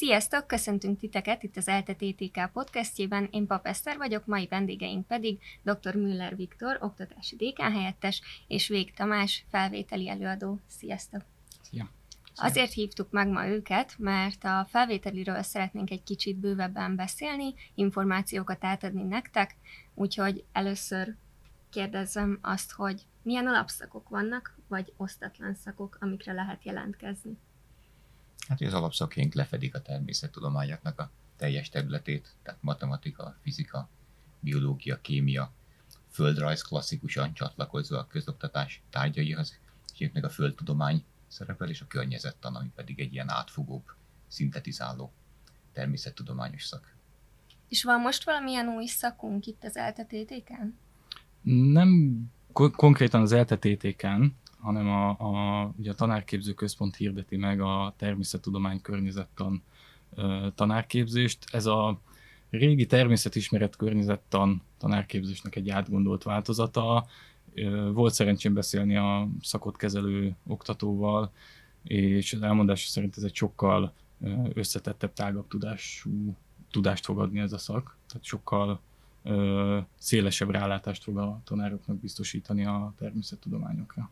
Sziasztok! Köszöntünk titeket itt az ELTE TTK podcastjében. Én Pap Eszter vagyok, mai vendégeink pedig dr. Müller Viktor, oktatási dékán helyettes, és Vég Tamás, felvételi előadó. Sziasztok! Szia. Azért hívtuk meg ma őket, mert a felvételiről szeretnénk egy kicsit bővebben beszélni, információkat átadni nektek, úgyhogy először kérdezzem azt, hogy milyen alapszakok vannak, vagy osztatlan szakok, amikre lehet jelentkezni. Hát, hogy az alapszakjaink lefedik a természettudományoknak a teljes területét, tehát matematika, fizika, biológia, kémia, földrajz klasszikusan csatlakozva a közoktatás tárgyaihoz, és meg a földtudomány szerepel, és a környezettan, ami pedig egy ilyen átfogóbb, szintetizáló természettudományos szak. És van most valamilyen új szakunk itt az ELTE TTK-n? Nem konkrétan az ELTE TTK-n, hanem ugye a Tanárképző Központ hirdeti meg a természettudomány környezettan tanárképzést. Ez a régi természetismeret környezettan tanárképzésnek egy átgondolt változata. Volt szerencsém beszélni a szakot kezelő oktatóval, és az elmondása szerint ez egy sokkal összetettebb, tágabb tudást fog adni ez a szak. Tehát sokkal szélesebb rálátást fog a tanároknak biztosítani a természettudományokra.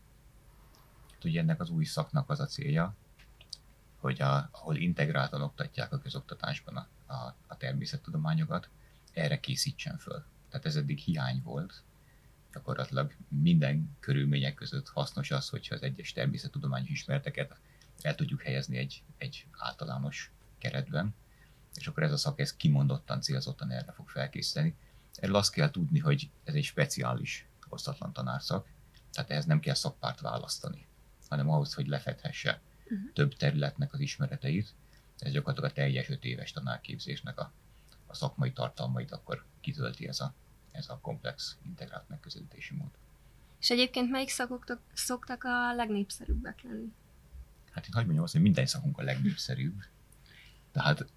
Ugye ennek az új szaknak az a célja, hogy ahol integráltan oktatják a közoktatásban a természettudományokat, erre készítsen föl. Tehát ez eddig hiány volt. Gyakorlatilag minden körülmények között hasznos az, hogyha az egyes természettudományos ismereteket el tudjuk helyezni egy általános keretben, és akkor ez a szak kimondottan, célzottan erre fog felkészíteni. Erről azt kell tudni, hogy ez egy speciális osztatlan tanárszak, tehát ehhez nem kell szakpárt választani, hanem ahhoz, hogy lefedhesse több területnek az ismereteit, ez gyakorlatilag a teljes 5 éves tanárképzésnek a szakmai tartalmait akkor kitölti ez a komplex, integrált megközelítési mód. És egyébként melyik szakok szoktak a legnépszerűbbek lenni? Hát én hagyd mondjam azt, hogy minden szakunk a legnépszerűbb. Tehát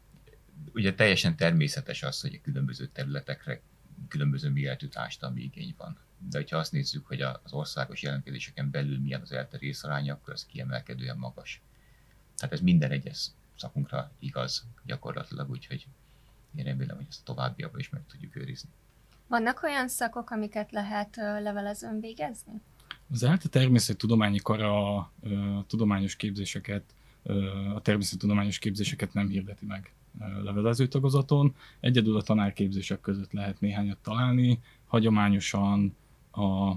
ugye teljesen természetes az, hogy a különböző területekre különböző méretű társadalmi igény van. De hogyha azt nézzük, hogy az országos jelentkezéseken belül milyen az ELTE részaránya, akkor az kiemelkedően magas. Tehát ez minden egyes szakunkra igaz gyakorlatilag, úgyhogy én remélem, hogy ezt a továbbiakban is meg tudjuk őrizni. Vannak olyan szakok, amiket lehet levelezőn végezni? Az ELTE természettudományi kara a tudományos képzéseket, a természettudományos képzéseket nem hirdeti meg levelező tagozaton. Egyedül a tanárképzések között lehet néhányat találni. Hagyományosan a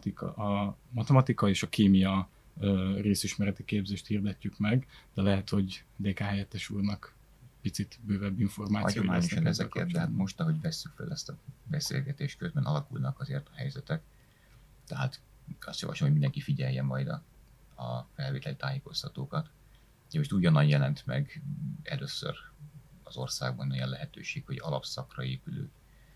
matematika és a kémia részismereti képzést hirdetjük meg, de lehet, hogy DK helyettes úrnak picit bővebb információi hagyományosan ezeket, de hát most, ahogy vesszük fel ezt a beszélgetést, közben alakulnak azért a helyzetek. Tehát azt javaslom, hogy mindenki figyelje majd a felvételi tájékoztatókat. Most ugyanannyi jelent meg először az országban olyan lehetőség, hogy alapszakra épülő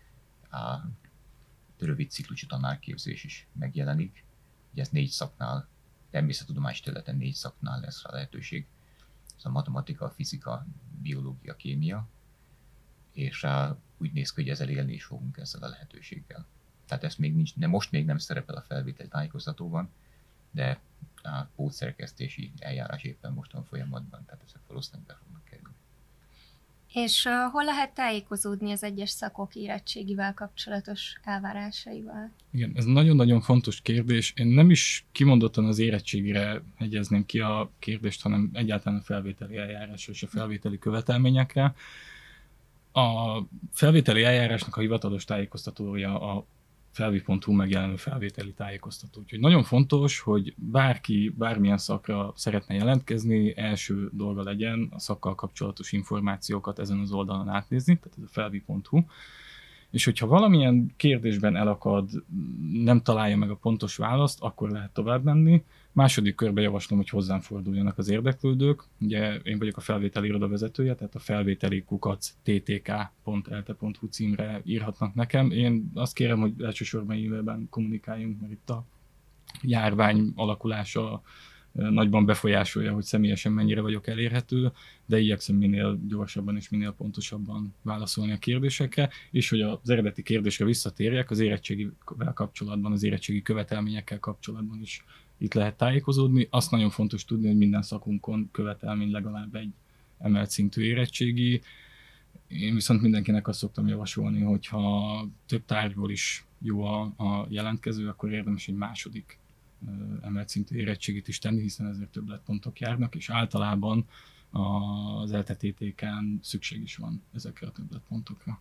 rövid ciklusú tanárképzés is megjelenik. Ugye ez 4 szaknál, természettudományos területen 4 szaknál lesz rá lehetőség. Ez a matematika, fizika, biológia, kémia, és úgy néz ki, hogy ezzel élni is fogunk ezzel a lehetőséggel. Tehát ez még nincs, most még nem szerepel a felvételi tájékoztatóban, de a pótszerkesztési eljárás éppen most van folyamatban, tehát ezek valószínűleg be fognak kerülni. És hol lehet tájékozódni az egyes szakok érettségivel kapcsolatos elvárásaival? Igen, ez nagyon-nagyon fontos kérdés. Én nem is kimondottan az érettségire hegyezném ki a kérdést, hanem egyáltalán a felvételi eljárásra és a felvételi követelményekre. A felvételi eljárásnak a hivatalos tájékoztatója a felvi.hu megjelenő felvételi tájékoztató. Úgyhogy nagyon fontos, hogy bárki bármilyen szakra szeretne jelentkezni, első dolga legyen a szakkal kapcsolatos információkat ezen az oldalon átnézni, tehát ez a felvi.hu. És hogyha valamilyen kérdésben elakad, nem találja meg a pontos választ, akkor lehet tovább menni. Második körben javaslom, hogy hozzám forduljanak az érdeklődők. Ugye én vagyok a felvételi iroda vezetője, tehát a felvételi@ttk.elte.hu címre írhatnak nekem. Én azt kérem, hogy elsősorban e-mailben kommunikáljunk, mert itt a járvány alakulása nagyban befolyásolja, hogy személyesen mennyire vagyok elérhető, de igyekszem minél gyorsabban és minél pontosabban válaszolni a kérdésekre, és hogy az eredeti kérdésre visszatérjek, az érettségivel kapcsolatban, az érettségi követelményekkel kapcsolatban is itt lehet tájékozódni. Azt nagyon fontos tudni, hogy minden szakunkon követelmény legalább egy emelt szintű érettségi. Én viszont mindenkinek azt szoktam javasolni, hogyha több tárgyból is jó a jelentkező, akkor érdemes egy második emelt szintű érettségit is tenni, hiszen ezért többletpontok járnak, és általában az ELTE-TTK-n szükség is van ezekre a többletpontokra.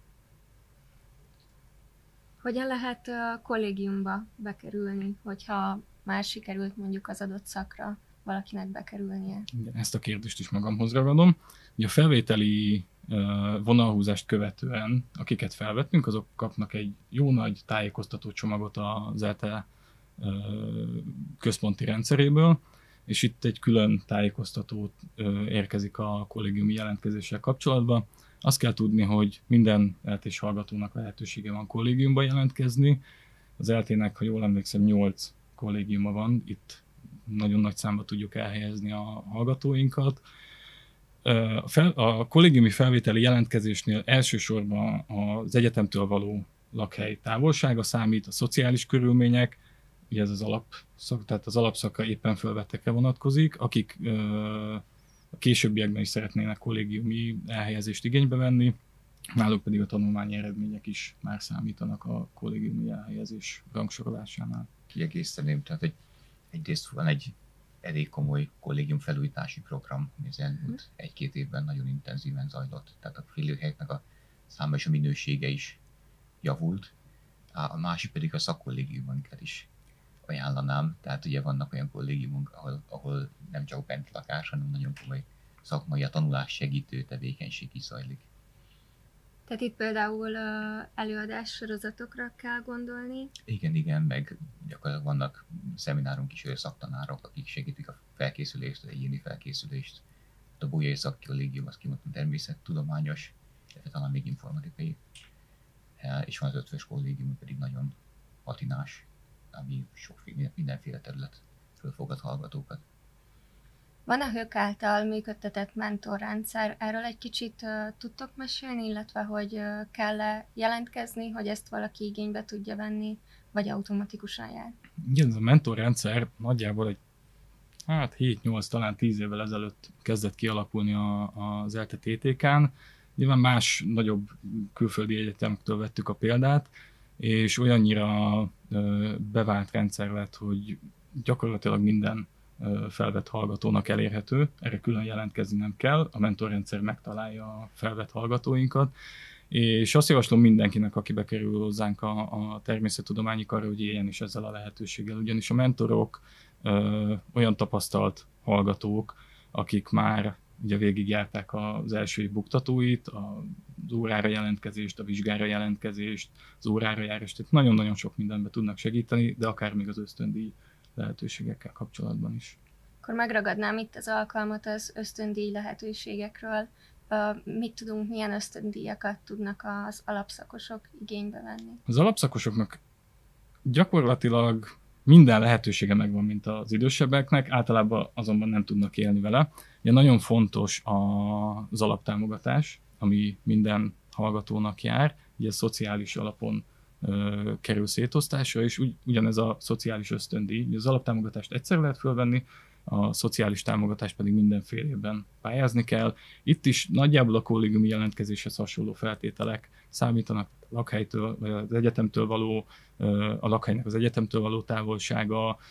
Hogyan lehet a kollégiumba bekerülni, hogyha már sikerült mondjuk az adott szakra valakinek bekerülnie? Igen, ezt a kérdést is magamhoz ragadom. Ugye a felvételi vonalhúzást követően, akiket felvettünk, azok kapnak egy jó nagy tájékoztató csomagot az ELTE központi rendszeréből, és itt egy külön tájékoztató érkezik a kollégiumi jelentkezéssel kapcsolatban. Azt kell tudni, hogy minden ELTE-s hallgatónak lehetősége van kollégiumba jelentkezni. Az ELTE-nek, ha jól emlékszem, 8 kollégiuma van, itt nagyon nagy számba tudjuk elhelyezni a hallgatóinkat. A kollégiumi felvételi jelentkezésnél elsősorban az egyetemtől való lakhely távolsága számít, a szociális körülmények, ugye ez az alapszak, tehát az alapszakra éppen felvettekre vonatkozik, akik a későbbiekben is szeretnének kollégiumi elhelyezést igénybe venni, náluk pedig a tanulmányi eredmények is már számítanak a kollégiumi elhelyezés rangsorolásánál. Kiegészteném, tehát egyrészt van egy elég komoly kollégium felújítási program, ami az elmúlt 1-2 évben nagyon intenzíven zajlott. Tehát a félőhelyeknek a száma és a minősége is javult. A másik pedig a szakkollégiumunkat is ajánlanám. Tehát ugye vannak olyan kollégiumunk, ahol nem csak bentlakás, hanem nagyon komoly szakmai, a tanulás segítő tevékenység is zajlik. Tehát itt például előadás sorozatokra kell gondolni. Igen, meg gyakorlatilag vannak szeminárunk is, szaktanárok, akik segítik a felkészülést, az egyéni felkészülést. A Bolyai Szakkollégium, az kimondottan természettudományos, illetve talán még informatikai, és van az Ötvös kollégium, pedig nagyon patinás, ami sokféle, mindenféle terület fölfogad hallgatókat. Van a HÖK által működtetett mentorrendszer, erről egy kicsit tudtok mesélni, illetve hogy kell-e jelentkezni, hogy ezt valaki igénybe tudja venni, vagy automatikusan jár? Igen, ez a mentorrendszer nagyjából egy 7-8, talán 10 évvel ezelőtt kezdett kialakulni az ELTE-TTK-n. Nyilván más nagyobb külföldi egyetemektől vettük a példát, és olyannyira bevált rendszer lett, hogy gyakorlatilag minden felvett hallgatónak elérhető, erre külön jelentkezni nem kell, a mentorrendszer megtalálja a felvett hallgatóinkat, és azt javaslom mindenkinek, aki bekerül hozzánk a természettudományi karra, hogy éljen is ezzel a lehetőséggel, ugyanis a mentorok olyan tapasztalt hallgatók, akik már ugye végigjárták az első év buktatóit, az órára jelentkezést, a vizsgára jelentkezést, az órára járást, tehát nagyon-nagyon sok mindenben tudnak segíteni, de akár még az ösztöndíj lehetőségekkel kapcsolatban is. Akkor megragadnám itt az alkalmat az ösztöndíj lehetőségekről. Mit tudunk, milyen ösztöndíjakat tudnak az alapszakosok igénybe venni? Az alapszakosoknak gyakorlatilag minden lehetősége megvan, mint az idősebbeknek, általában azonban nem tudnak élni vele. Ugye nagyon fontos az alaptámogatás, ami minden hallgatónak jár, ugye szociális alapon kerül szétosztásra, és ugyanez a szociális ösztöndíj. Az alaptámogatást egyszer lehet fölvenni, a szociális támogatást pedig mindenféle évben pályázni kell. Itt is nagyjából a kollégiumi jelentkezéshez hasonló feltételek számítanak, a lakhelytől, vagy az egyetemtől való, a lakhelynek az egyetemtől való távolsága, a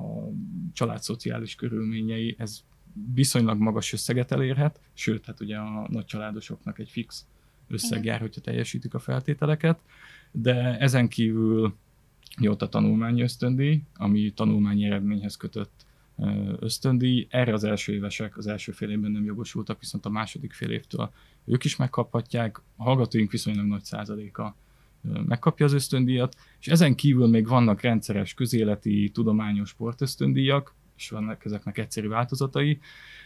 család szociális körülményei, ez viszonylag magas összeget elérhet, sőt, hát ugye a nagy családosoknak egy fix összeg jár, hogyha teljesítik a feltételeket, de ezen kívül jót a tanulmányi ösztöndíj, ami tanulmányi eredményhez kötött ösztöndíj. Erre az első évesek az első fél évben nem jogosultak, viszont a második fél évtől ők is megkaphatják. A hallgatóink viszonylag nagy százaléka megkapja az ösztöndíjat, és ezen kívül még vannak rendszeres közéleti, tudományos sportösztöndíjak, és vannak ezeknek egyszerű változatai.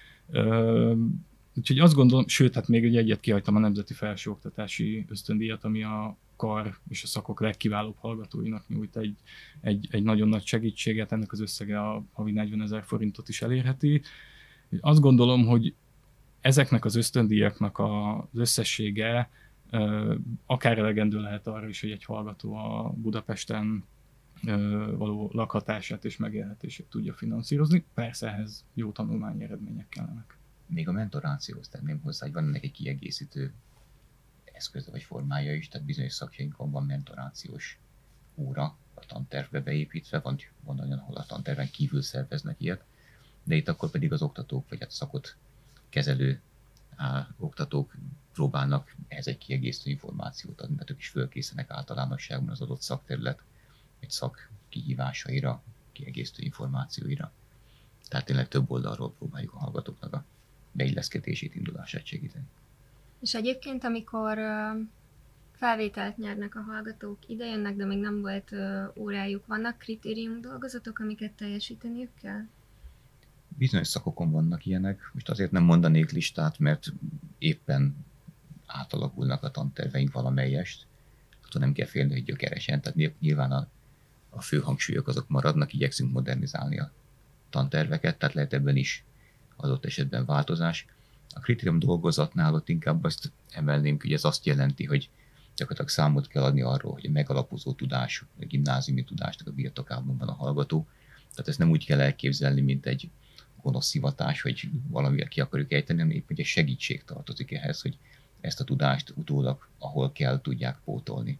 Úgyhogy azt gondolom, sőt, hát még egyet kihagytam, a Nemzeti Felsőoktatási Ösztöndíjat, ami a kar és a szakok legkiválóbb hallgatóinak nyújt egy nagyon nagy segítséget, ennek az összege a havi 40 000 forintot is elérheti. Azt gondolom, hogy ezeknek az ösztöndíjaknak az összessége akár elegendő lehet arra is, hogy egy hallgató a Budapesten való lakhatását és megélhetését tudja finanszírozni. Persze ehhez jó tanulmányi eredmények kellenek. még a mentorációhoz tenném hozzá, hogy van ennek egy kiegészítő eszköze vagy formája is, tehát bizonyos szakjainkon van mentorációs óra a tantervbe beépítve, van olyan, ahol a tanterven kívül szerveznek ilyet, de itt akkor pedig az oktatók, vagy hát szakot kezelő oktatók próbálnak ehhez egy kiegészítő információt adni, mert ők is fölkészítenek általánosságban az adott szakterület, egy szak kihívásaira, kiegészítő információira. Tehát tényleg több oldalról próbáljuk a hallgatóknak a beilleszkedését, indulását segíteni. És egyébként, amikor felvételt nyernek a hallgatók, ide jönnek, de még nem volt órájuk, vannak kritérium dolgozatok, amiket teljesíteniük kell? Bizonyos szakokon vannak ilyenek, most azért nem mondanék listát, mert éppen átalakulnak a tanterveink valamelyest, attól nem kell félni, hogy gyökeresen, tehát nyilván a fő hangsúlyok azok maradnak, igyekszünk modernizálni a tanterveket, tehát lehet ebben is adott esetben változás. A kritérium dolgozatnál ott inkább azt emelném, hogy ez azt jelenti, hogy gyakorlatilag számot kell adni arról, hogy a megalapozó tudás, a gimnáziumi tudásnak a birtokában van a hallgató. Tehát ezt nem úgy kell elképzelni, mint egy gonosz szivatás, hogy valamivel ki akarjuk ejteni, hanem épp egy segítség tartozik ehhez, hogy ezt a tudást utólag, ahol kell, tudják pótolni.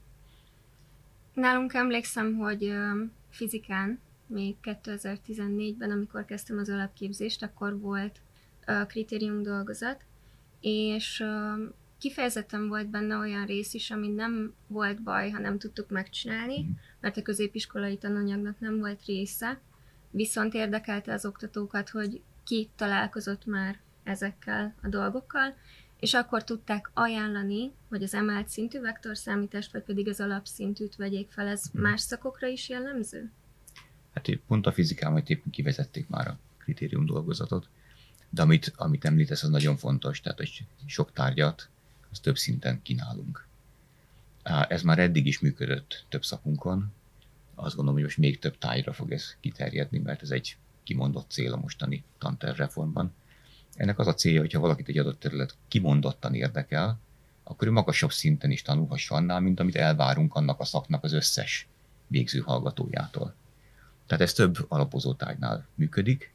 Nálunk emlékszem, hogy fizikán, még 2014-ben, amikor kezdtem az alapképzést, akkor volt kritérium dolgozat, és kifejezetten volt benne olyan rész is, ami nem volt baj, ha nem tudtuk megcsinálni, mert a középiskolai tananyagnak nem volt része, viszont érdekelte az oktatókat, hogy ki találkozott már ezekkel a dolgokkal, és akkor tudták ajánlani, hogy az emelt szintű vektorszámítást, vagy pedig az alapszintűt vegyék fel. Ez más szakokra is jellemző? Hát pont a fizikában éppen kivezették már a kritérium dolgozatot, de amit említesz, az nagyon fontos, tehát hogy sok tárgyat, az több szinten kínálunk. Ez már eddig is működött több szakunkon, azt gondolom, hogy most még több tárgyra fog ez kiterjedni, mert ez egy kimondott cél a mostani tantervreformban. Ennek az a célja, hogyha valakit egy adott terület kimondottan érdekel, akkor ő magasabb szinten is tanulhassa annál, mint amit elvárunk annak a szaknak az összes végző hallgatójától. Tehát ez több alapozó tárgynál működik.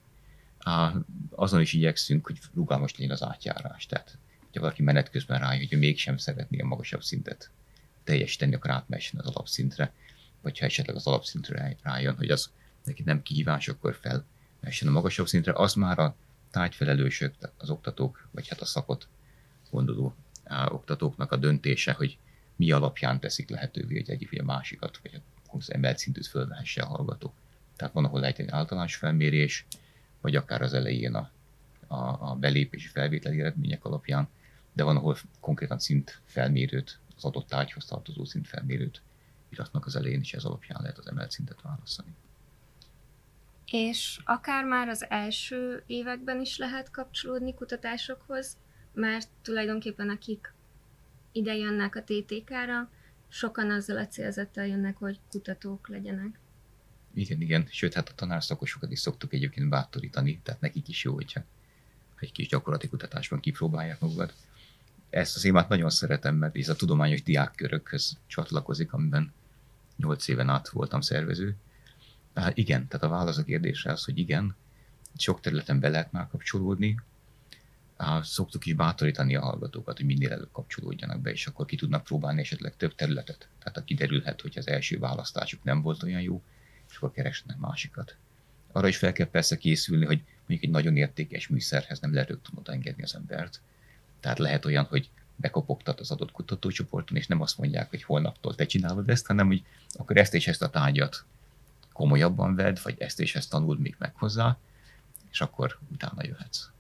Azon is igyekszünk, hogy rugalmas legyen az átjárás. Tehát, hogyha valaki menet közben rájön, hogy ő mégsem szeretné a magasabb szintet teljesíteni, akkor átmessen az alapszintre, vagy ha esetleg az alapszintre rájön, hogy az neki nem kihívás, akkor felmessen a magasabb szintre, az már a tárgyfelelősök, az oktatók, vagy hát a szakot gondoló oktatóknak a döntése, hogy mi alapján teszik lehetővé, hogy egyik vagy a másikat, vagy az emelt szintűt fölvehesse a hallgató. Tehát van, ahol lehet egy általános felmérés, vagy akár az elején a belépési felvételi eredmények alapján, de van, ahol konkrétan szintfelmérőt, az adott tárgyhoz tartozó szintfelmérőt iratnak az elején, és ez alapján lehet az emelt szintet választani. És akár már az első években is lehet kapcsolódni kutatásokhoz, mert tulajdonképpen akik ide jönnek a TTK-ra, sokan azzal a célzattal jönnek, hogy kutatók legyenek. Igen. Sőt, hát a tanárszakosokat is szoktuk egyébként bátorítani, tehát nekik is jó, hogyha egy kis gyakorlati kutatásban kipróbálják magukat. Ezt az témát nagyon szeretem, mert ez a tudományos diákkörökhöz csatlakozik, amiben 8 éven át voltam szervező. Igen, tehát a válasz a kérdésre az, hogy igen, sok területen be lehet már kapcsolódni. Szoktuk is bátorítani a hallgatókat, hogy minél előbb kapcsolódjanak be, és akkor ki tudnak próbálni esetleg több területet. Tehát ha kiderülhet, hogy az első választásuk nem volt olyan jó, és akkor keresnek másikat. Arra is fel kell persze készülni, hogy mondjuk egy nagyon értékes műszerhez nem lehet rögtön odaengedni az embert. Tehát lehet olyan, hogy bekopogtat az adott kutatócsoporton, és nem azt mondják, hogy holnaptól te csinálod ezt, hanem hogy akkor ezt és ezt a tárgyat komolyabban vedd, vagy ezt és ezt tanuld még meg hozzá, és akkor utána jöhetsz.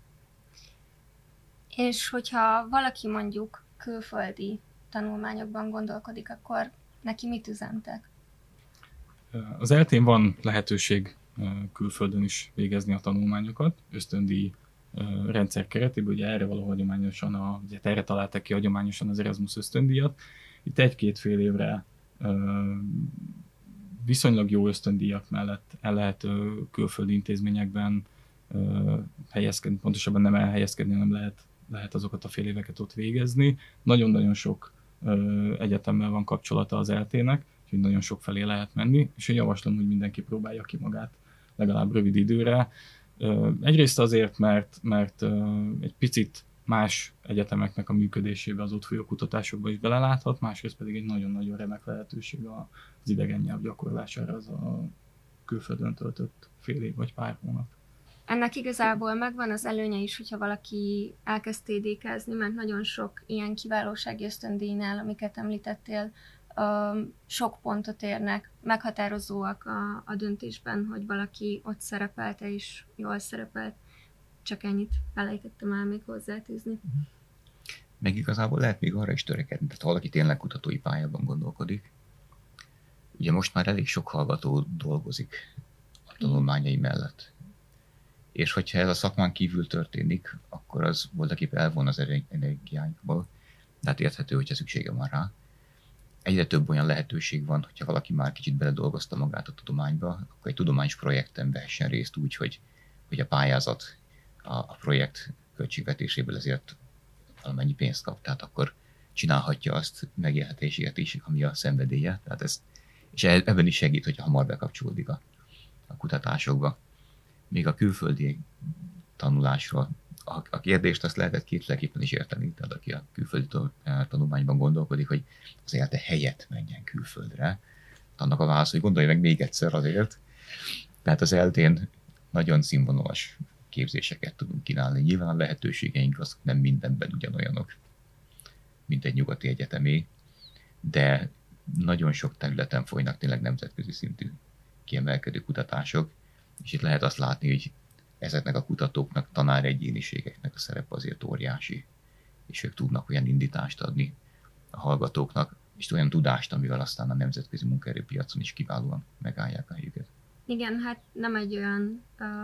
És hogyha valaki mondjuk külföldi tanulmányokban gondolkodik, akkor neki mit üzentek? Az ELTE-n van lehetőség külföldön is végezni a tanulmányokat, ösztöndíj rendszer keretében, ugye erre való hagyományosan, ugye erre találták ki hagyományosan az Erasmus ösztöndíjat. Itt 1-2 fél évre viszonylag jó ösztöndíjak mellett el lehet külföldi intézményekben helyezkedni, pontosabban nem elhelyezkedni, hanem lehet azokat a fél éveket ott végezni. Nagyon-nagyon sok egyetemmel van kapcsolata az ELTE-nek, úgyhogy nagyon sok felé lehet menni, és én javaslom, hogy mindenki próbálja ki magát legalább rövid időre. Egyrészt azért, mert egy picit más egyetemeknek a működésébe, az ott folyó kutatásokba is beleláthat, másrészt pedig egy nagyon-nagyon remek lehetőség az idegen nyelv gyakorlására az a külföldön töltött fél év vagy pár hónap. Ennek igazából megvan az előnye is, hogyha valaki elkezd TD-kázni, mert nagyon sok ilyen kiválósági ösztöndíjnál, amiket említettél, sok pontot érnek, meghatározóak a döntésben, hogy valaki ott szerepelte és jól szerepelt. Csak ennyit felejtettem el még hozzátűzni. Meg igazából lehet még arra is törekedni, tehát ha valaki tényleg kutatói pályában gondolkodik, ugye most már elég sok hallgató dolgozik a tanulmányai mellett. És hogyha ez a szakmán kívül történik, akkor az voltaképpen elvon az energiánkból, de hát érthető, hogyha szüksége van rá. Egyre több olyan lehetőség van, hogyha valaki már kicsit beledolgozta magát a tudományba, akkor egy tudományos projekten vehessen részt úgy, hogy a pályázat a projekt költségvetéséből ezért valamennyi pénzt kap, tehát akkor csinálhatja azt megélhetését is, ami a szenvedélye. Tehát és ebben is segít, hogyha hamar bekapcsolódik a kutatásokba. Még a külföldi tanulásról a kérdést azt lehetett kétféleképpen is érteni, tehát aki a külföldi tanulmányban gondolkodik, hogy az ELTE helyett menjen külföldre. Annak a válasz, hogy gondolj meg még egyszer azért. Tehát az ELTE-n nagyon színvonalas képzéseket tudunk kínálni. Nyilván a lehetőségeink az nem mindenben ugyanolyanok, mint egy nyugati egyetemé, de nagyon sok területen folynak tényleg nemzetközi szintű kiemelkedő kutatások, és itt lehet azt látni, hogy ezeknek a kutatóknak, tanáregyéniségeknek a szerepe azért óriási, és ők tudnak olyan indítást adni a hallgatóknak, és olyan tudást, amivel aztán a nemzetközi munkaerőpiacon is kiválóan megállják a helyüket. Igen, hát nem egy olyan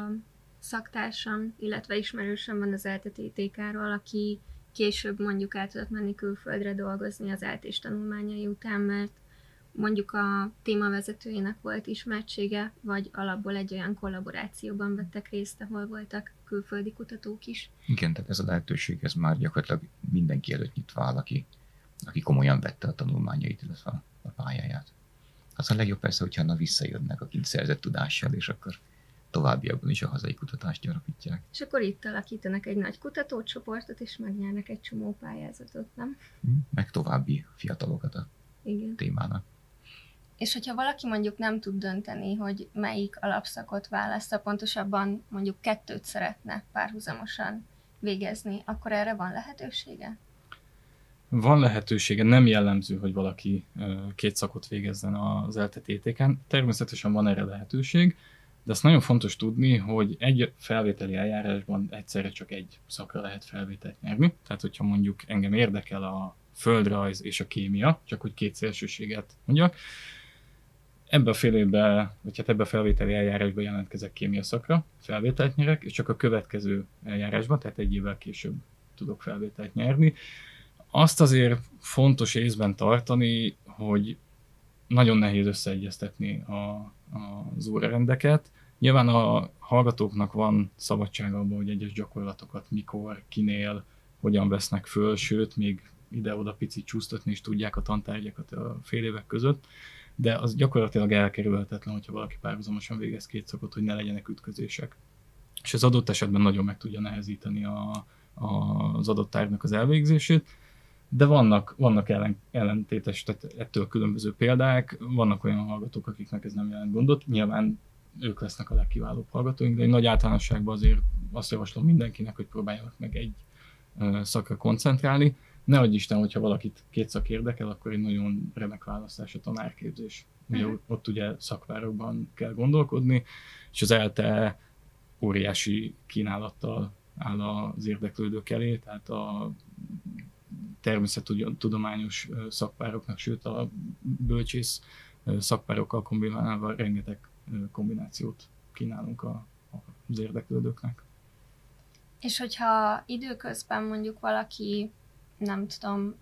szaktársam, illetve ismerősöm van az ELTE TTK-ról, aki később mondjuk el tudott menni külföldre dolgozni az ELTE-s tanulmányai után, mert mondjuk a témavezetőjének volt ismertsége, vagy alapból egy olyan kollaborációban vettek részt, ahol voltak külföldi kutatók is. Igen, tehát ez a lehetőség, ez már gyakorlatilag mindenki előtt nyitva áll, aki komolyan vette a tanulmányait, illetve a pályáját. Az a legjobb persze, hogyha visszajönnek a kint szerzett tudással, és akkor továbbiakban is a hazai kutatást gyarapítják. És akkor itt alakítanak egy nagy kutatócsoportot, és megnyernek egy csomó pályázatot, nem? Meg további fiatalokat a Igen. témának. És hogyha valaki mondjuk nem tud dönteni, hogy melyik alapszakot választa, pontosabban mondjuk 2 szeretne párhuzamosan végezni, akkor erre van lehetősége? Van lehetősége, nem jellemző, hogy valaki 2 szakot végezzen az ELTE TTK-n. Természetesen van erre lehetőség, de azt nagyon fontos tudni, hogy egy felvételi eljárásban egyszerre csak egy szakra lehet felvételt nyerni. Tehát, hogyha mondjuk engem érdekel a földrajz és a kémia, csak hogy 2 szélsőséget mondjak, ebbe a fél évben, vagy hát ebbe a felvételi eljárásban jelentkezek kémia szakra, felvételt nyerek, és csak a következő eljárásban, tehát 1 évvel később tudok felvételt nyerni. Azt azért fontos észben tartani, hogy nagyon nehéz összeegyeztetni az órarendeket. Nyilván a hallgatóknak van szabadsága abban, hogy egyes gyakorlatokat mikor, kinél, hogyan vesznek föl, sőt, még ide-oda picit csúsztatni is tudják a tantárgyakat a fél évek között, de az gyakorlatilag elkerülhetetlen, hogyha valaki párhuzamosan végez 2 szakot, hogy ne legyenek ütközések. És az adott esetben nagyon meg tudja nehezíteni az adott tárgynak az elvégzését, de vannak ellentétes, tehát ettől különböző példák, vannak olyan hallgatók, akiknek ez nem jelent gondot, nyilván ők lesznek a legkiválóbb hallgatóink, de egy nagy általánosságban azért azt javaslom mindenkinek, hogy próbáljanak meg egy szakra koncentrálni. Ne adj Isten, hogyha valakit 2 szak érdekel, akkor egy nagyon remek választás a tanárképzés. Ugye ott ugye szakvárokban kell gondolkodni, és az ELTE óriási kínálattal áll az érdeklődők elé, tehát a természettudományos szakpároknak, sőt a bölcsész szakpárokkal kombinálva rengeteg kombinációt kínálunk az érdeklődőknek. És hogyha időközben mondjuk valaki, nem tudom,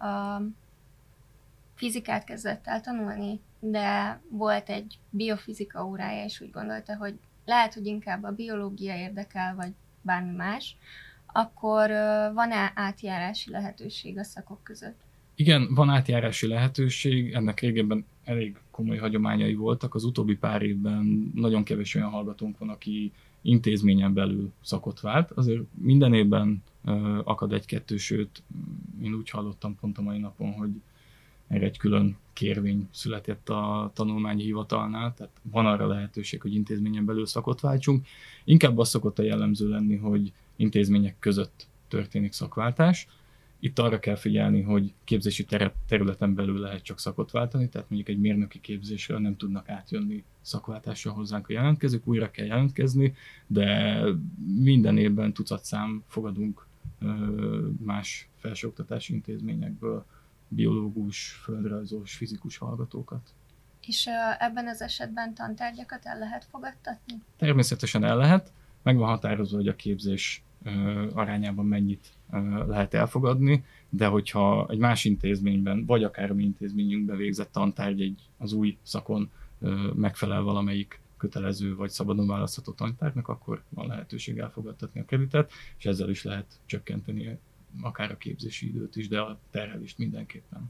fizikát kezdett el tanulni, de volt egy biofizika órája, és úgy gondolta, hogy lehet, hogy inkább a biológia érdekel, vagy bármi más, akkor van-e átjárási lehetőség a szakok között? Igen, van átjárási lehetőség, ennek régebben elég komoly hagyományai voltak. Az utóbbi pár évben nagyon kevés olyan hallgatónk van, aki intézményen belül szakot vált. Azért minden évben akad egy-kettő, sőt, én úgy hallottam pont a mai napon, hogy erre egy külön kérvény született a tanulmányi hivatalnál, tehát van arra lehetőség, hogy intézményen belül szakot váltsunk. Inkább az szokott a jellemző lenni, hogy intézmények között történik szakváltás. Itt arra kell figyelni, hogy képzési területen belül lehet csak szakot váltani, tehát mondjuk egy mérnöki képzésről nem tudnak átjönni szakváltásra hozzánk a jelentkezők, újra kell jelentkezni, de minden évben tucatszám fogadunk más felsőoktatási intézményekből biológus, földrajzos, fizikus hallgatókat. És ebben az esetben tantárgyakat el lehet fogadtatni? Természetesen el lehet, meg van határozva, hogy a képzés arányában mennyit lehet elfogadni, de hogyha egy más intézményben, vagy akár a mi intézményünkben végzett tantárgy az új szakon megfelel valamelyik kötelező vagy szabadon választható tantárgynak, akkor van lehetőség elfogadtatni a kreditet, és ezzel is lehet csökkenteni akár a képzési időt is, de a terhelést mindenképpen.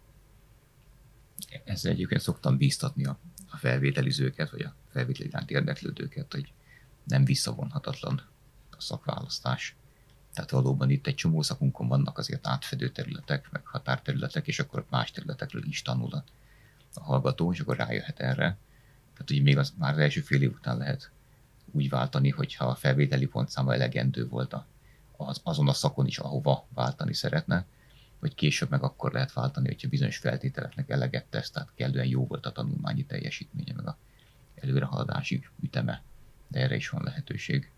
Ezzel egyébként szoktam bíztatni a felvételizőket, vagy a felvétel iránt érdeklődőket, hogy nem visszavonhatatlan a szakválasztás. Tehát valóban itt egy csomó szakunkon vannak azért átfedő területek, meg határterületek, és akkor más területekről is tanul a hallgató, és akkor rájöhet erre. Tehát ugye még már az első fél év után lehet úgy váltani, hogyha a felvételi pontszáma elegendő volt azon a szakon is, ahova váltani szeretne, vagy később meg akkor lehet váltani, hogyha bizonyos feltételeknek eleget tesz, tehát kellően jó volt a tanulmányi teljesítménye, meg a előrehaladási üteme, de erre is van lehetőség.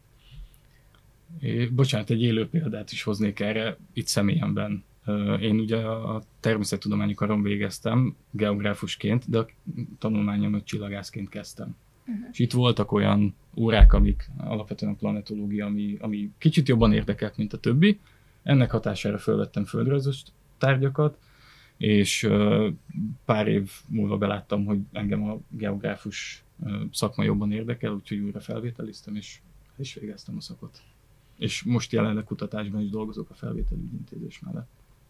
Bocsánat, egy élő példát is hoznék erre, itt személyemben. Én ugye a természettudományi karon végeztem geográfusként, de a tanulmányomat csillagászként kezdtem. És itt voltak olyan órák, amik alapvetően a planetológia, ami kicsit jobban érdekelt, mint a többi. Ennek hatására felvettem földrajzos tárgyakat, és pár év múlva beláttam, hogy engem a geográfus szakma jobban érdekel, úgyhogy újra felvételiztem, és végeztem a szakot. És most jelenleg kutatásban is dolgozok a felvételi ügyintézés mellett.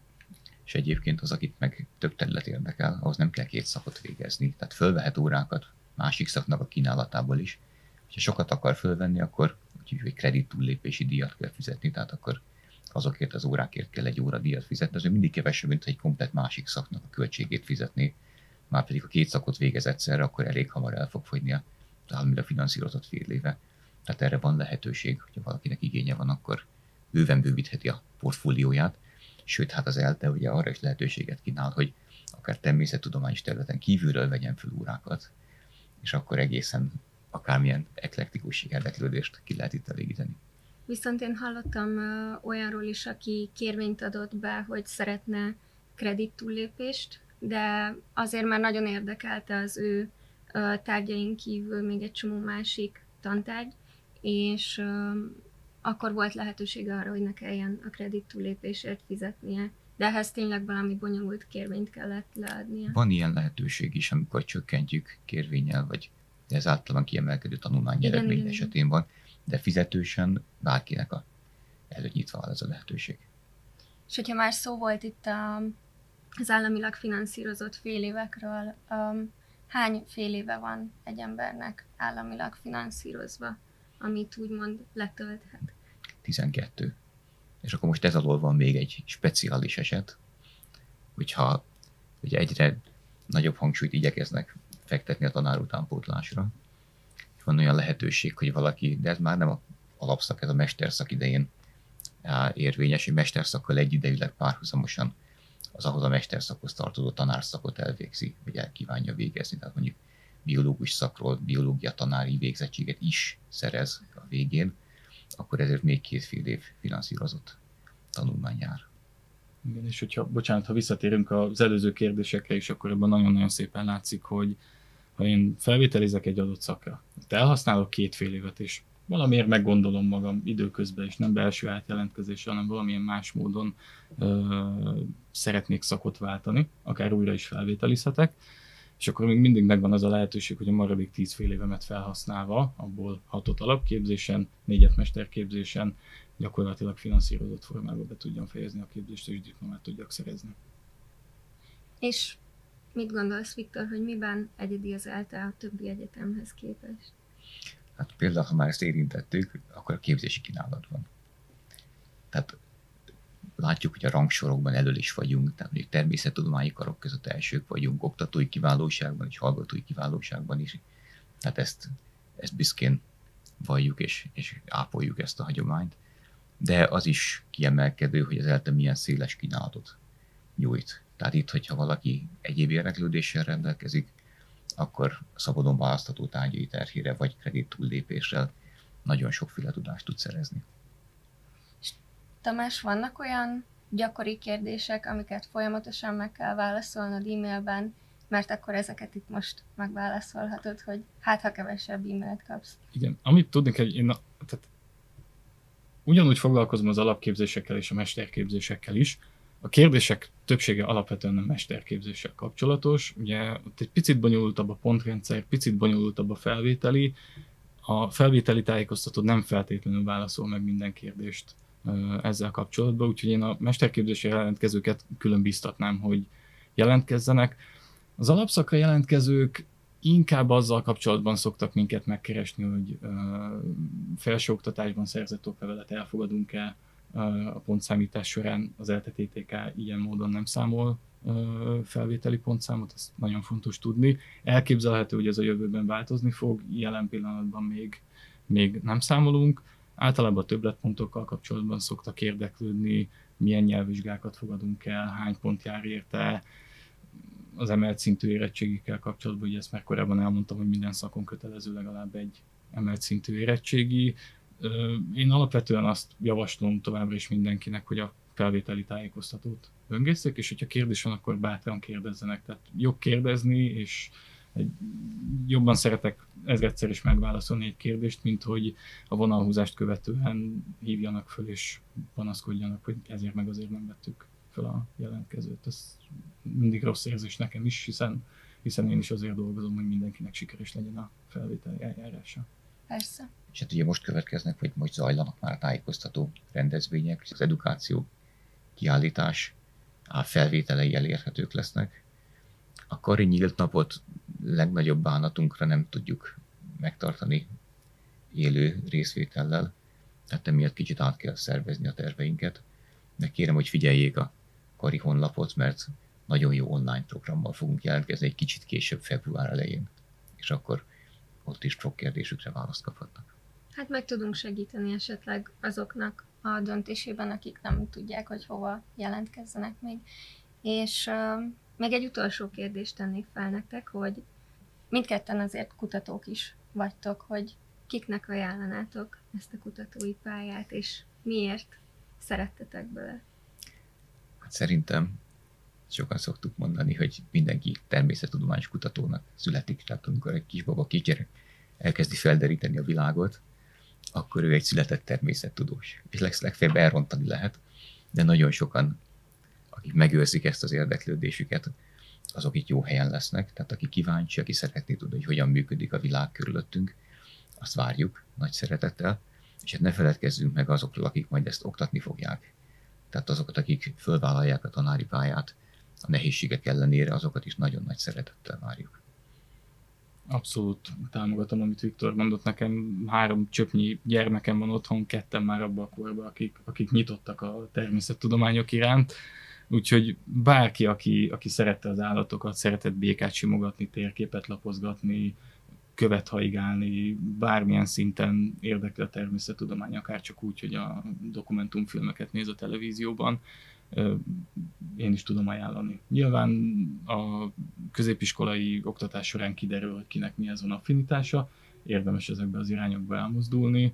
És egyébként az, akit meg több terület érdekel, ahhoz nem kell 2 szakot végezni, tehát fölvehet órákat másik szaknak a kínálatából is. Ha sokat akar fölvenni, akkor úgyhogy kredit túllépési díjat kell fizetni, tehát akkor azokért az órákért kell egy óra díjat fizetni, ez mindig kevesebb, mint egy komplett másik szaknak a költségét fizetni. Már pedig a 2 szakot végez egyszerre, akkor elég hamar el fog fogyni az államilag finanszírozott fél éve. Tehát erre van lehetőség, hogyha valakinek igénye van, akkor bőven bővítheti a portfólióját. Sőt, hát az ELTE ugye arra is lehetőséget kínál, hogy akár természettudományos területen kívülről vegyen fel órákat, és akkor egészen akármilyen eklektikus érdeklődést ki lehet itt elégíteni. Viszont én hallottam olyanról is, aki kérvényt adott be, hogy szeretne kredit túllépést, de azért már nagyon érdekelte az ő tárgyain kívül még egy csomó másik tantárgy, és akkor volt lehetősége arra, hogy ne kelljen a kredit túllépésért fizetnie. De ehhez tényleg valami bonyolult kérvényt kellett leadnia. Van ilyen lehetőség is, amikor csökkentjük kérvénnyel, vagy ez általán kiemelkedő tanulmányi eredmény esetén van, de fizetősen bárkinek előtt nyitva áll ez a lehetőség. És hogyha már szó volt itt az államilag finanszírozott félévekről, hány fél éve van egy embernek államilag finanszírozva, amit úgymond letölthet? 12. És akkor most ez alól van még egy speciális eset, hogyha ugye egyre nagyobb hangsúlyt igyekeznek fektetni a tanár utánpótlásra. Van olyan lehetőség, hogy valaki, de ez már nem a alapszak, ez a mesterszak idején érvényes, hogy mesterszakkal egyidejűleg párhuzamosan az ahhoz a mesterszakhoz tartozó tanárszakot elvégzi, vagy el kívánja végezni. Tehát mondjuk biológus szakról biológia tanári végzettséget is szerez a végén, akkor ezért még 2 fél év finanszírozott tanulmány jár. Igen, és ha visszatérünk az előző kérdésekre is, akkor ebben nagyon-nagyon szépen látszik, hogy ha én felvételizek egy adott szakra, elhasználok 2 fél évet, és valamiért meggondolom magam időközben, és nem belső átjelentkezéssel, hanem valamilyen más módon szeretnék szakot váltani, akár újra is felvételizhetek, és akkor még mindig megvan az a lehetőség, hogy a maradék 10 fél évemet felhasználva, abból 6-ot alapképzésen, 4-et mesterképzésen, gyakorlatilag finanszírozott formában be tudjam fejezni a képzést, és diplomát tudjak szerezni. És Mit gondolsz, Viktor, hogy miben egyedi az ELTE a többi egyetemhez képest? Hát például, ha már ezt érintettük, akkor a képzési kínálat van. Tehát látjuk, hogy a rangsorokban elől is vagyunk, tehát mondjuk természettudományi karok között elsők vagyunk, oktatói kiválóságban és hallgatói kiválóságban is. Tehát ezt büszkén valljuk és ápoljuk ezt a hagyományt. De az is kiemelkedő, hogy az ELTE milyen széles kínálatot nyújt. Tehát itt, hogyha valaki egyéb érdeklődéssel rendelkezik, akkor szabadon választható tárgyi terhére vagy kredit túllépéssel nagyon sokféle tudást tud szerezni. Tamás, vannak olyan gyakori kérdések, amiket folyamatosan meg kell válaszolnod e-mailben, mert akkor ezeket itt most megválaszolhatod, hogy hát ha kevesebb e-mailt kapsz. Igen, amit tudni kell, tehát ugyanúgy foglalkozom az alapképzésekkel és a mesterképzésekkel is. A kérdések többsége alapvetően a mesterképzéssel kapcsolatos. Ugye ott egy picit bonyolultabb a pontrendszer, picit bonyolultabb a felvételi. A felvételi tájékoztató nem feltétlenül válaszol meg minden kérdést ezzel kapcsolatban, úgyhogy én a mesterképzésre jelentkezőket külön biztatnám, hogy jelentkezzenek. Az alapszakra jelentkezők inkább azzal kapcsolatban szoktak minket megkeresni, hogy felsőoktatásban szerzett oklevelet elfogadunk-e a pontszámítás során. Az ELTE-TTK ilyen módon nem számol felvételi pontszámot, ezt nagyon fontos tudni. Elképzelhető, hogy ez a jövőben változni fog, jelen pillanatban még nem számolunk. Általában a többletpontokkal kapcsolatban szoktak érdeklődni, milyen nyelvvizsgákat fogadunk el, hány pont jár érte, az emelt szintű érettségikkel kapcsolatban, ugye ezt már korábban elmondtam, hogy minden szakon kötelező legalább egy emelt szintű érettségi. Én alapvetően azt javaslom továbbra is mindenkinek, hogy a felvételi tájékoztatót böngészék, és hogyha kérdés van, akkor bátran kérdezzenek. Tehát jobb kérdezni, és jobban szeretek ezredszer is megválaszolni egy kérdést, mint hogy a vonalhúzást követően hívjanak föl, és panaszkodjanak, hogy ezért meg azért nem vettük fel a jelentkezőt. Ez mindig rossz érzés nekem is, hiszen én is azért dolgozom, hogy mindenkinek sikeres legyen a felvételi eljárása. Persze. És hát ugye most következnek, vagy most zajlanak már a tájékoztató rendezvények, az edukáció kiállítás felvételei elérhetők lesznek. A kari nyílt napot legnagyobb bánatunkra nem tudjuk megtartani élő részvétellel, tehát emiatt kicsit át kell szervezni a terveinket. De kérem, hogy figyeljék a kari honlapot, mert nagyon jó online programmal fogunk jelentkezni egy kicsit később, február elején, és akkor ott is sok kérdésükre választ kaphatnak. Hát meg tudunk segíteni esetleg azoknak a döntésében, akik nem tudják, hogy hova jelentkezzenek még. És még egy utolsó kérdést tennék fel nektek, hogy mindketten azért kutatók is vagytok, hogy kiknek ajánlanátok ezt a kutatói pályát, és miért szerettetek bele? Hát szerintem sokan szoktuk mondani, hogy mindenki természettudományos kutatónak születik, tehát amikor egy kisbaba, kisgyerek elkezdi felderíteni a világot, akkor ő egy született természettudós. És legfeljebb elrontani lehet, de nagyon sokan, akik megőrzik ezt az érdeklődésüket, azok itt jó helyen lesznek, tehát aki kíváncsi, aki szeretné tudni, hogy hogyan működik a világ körülöttünk, azt várjuk nagy szeretettel, és hát ne feledkezzünk meg azokról, akik majd ezt oktatni fogják. Tehát azokat, akik fölvállalják a tanári pályát, a nehézségek ellenére, azokat is nagyon nagy szeretettel várjuk. Abszolút támogatom, amit Viktor mondott. Nekem 3 csöpnyi gyermekem van otthon, 2 már abban a korban, akik nyitottak a természettudományok iránt. Úgyhogy bárki, aki szerette az állatokat, szeretett békát simogatni, térképet lapozgatni, követ haigálni, bármilyen szinten érdekli a természettudomány, akár csak úgy, hogy a dokumentumfilmeket néz a televízióban, én is tudom ajánlani. Nyilván a középiskolai oktatás során kiderül, hogy kinek mihez van affinitása, érdemes ezekbe az irányokba elmozdulni.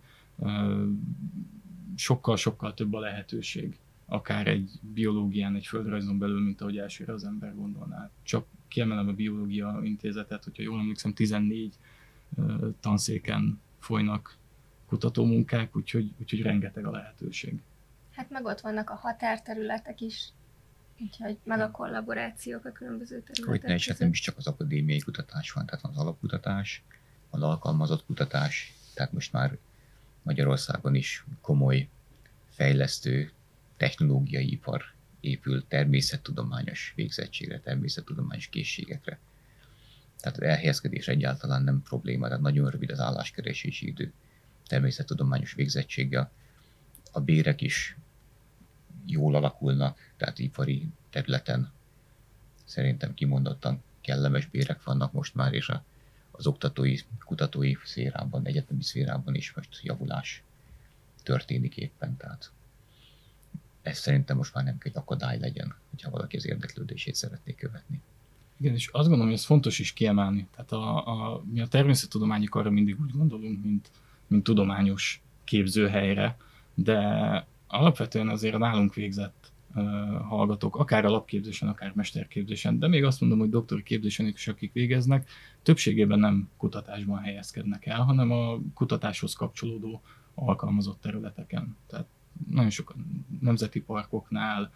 Sokkal-sokkal több a lehetőség, akár egy biológián, egy földrajzon belül, mint ahogy elsőre az ember gondolná. Csak kiemelem a Biológia Intézetet, hogyha jól emlékszem, 14 tanszéken folynak kutatómunkák, úgyhogy rengeteg a lehetőség. Hát meg ott vannak a határterületek is, úgyhogy meg a kollaborációk a különböző területek. Hogy ne is, hát nem is csak az akadémiai kutatás van, tehát van az alapkutatás, van alkalmazott kutatás, tehát most már Magyarországon is komoly, fejlesztő, technológiai ipar épül természettudományos végzettségre, természettudományos készségekre. Tehát az elhelyezkedés egyáltalán nem probléma, tehát nagyon rövid az álláskeresési idő természettudományos végzettséggel. A bérek is jól alakulnak, tehát ipari területen szerintem kimondottan kellemes bérek vannak most már, és az oktatói, kutatói szférában, egyetemi szférában is most javulás történik éppen. Tehát ez szerintem most már nem kell, hogy akadály legyen, hogyha valaki az érdeklődését szeretné követni. Igen, és azt gondolom, hogy ez fontos is kiemelni. Tehát mi a természettudományi karra mindig úgy gondolunk, mint tudományos képzőhelyre, de alapvetően azért nálunk végzett hallgatók, akár alapképzésen, akár mesterképzésen, de még azt mondom, hogy doktori képzésen is, akik végeznek, többségében nem kutatásban helyezkednek el, hanem a kutatáshoz kapcsolódó alkalmazott területeken. Tehát nagyon sokan nemzeti parkoknál,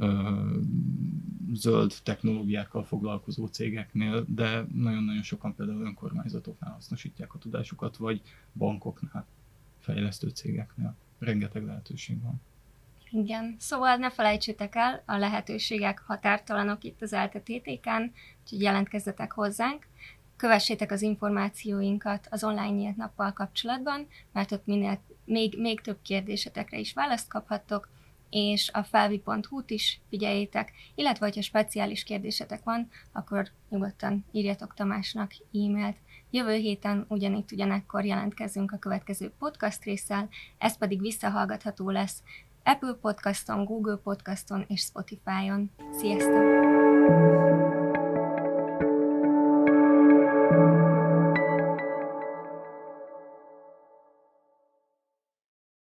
zöld technológiákkal foglalkozó cégeknél, de nagyon-nagyon sokan például önkormányzatoknál hasznosítják a tudásukat, vagy bankoknál, fejlesztő cégeknél. Rengeteg lehetőség van. Igen, szóval ne felejtsétek el, a lehetőségek határtalanok itt az ELTE TTK-n, úgyhogy jelentkezzetek hozzánk. Kövessétek az információinkat az online nyílt nappal kapcsolatban, mert ott még több kérdésetekre is választ kaphattok, és a felvi.hu-t is figyeljétek, illetve hogyha speciális kérdésetek van, akkor nyugodtan írjatok Tamásnak e-mailt. Jövő héten ugyanekkor jelentkezünk a következő podcast résszel, ez pedig visszahallgatható lesz Apple Podcaston, Google Podcaston és Spotify-on. Sziasztok!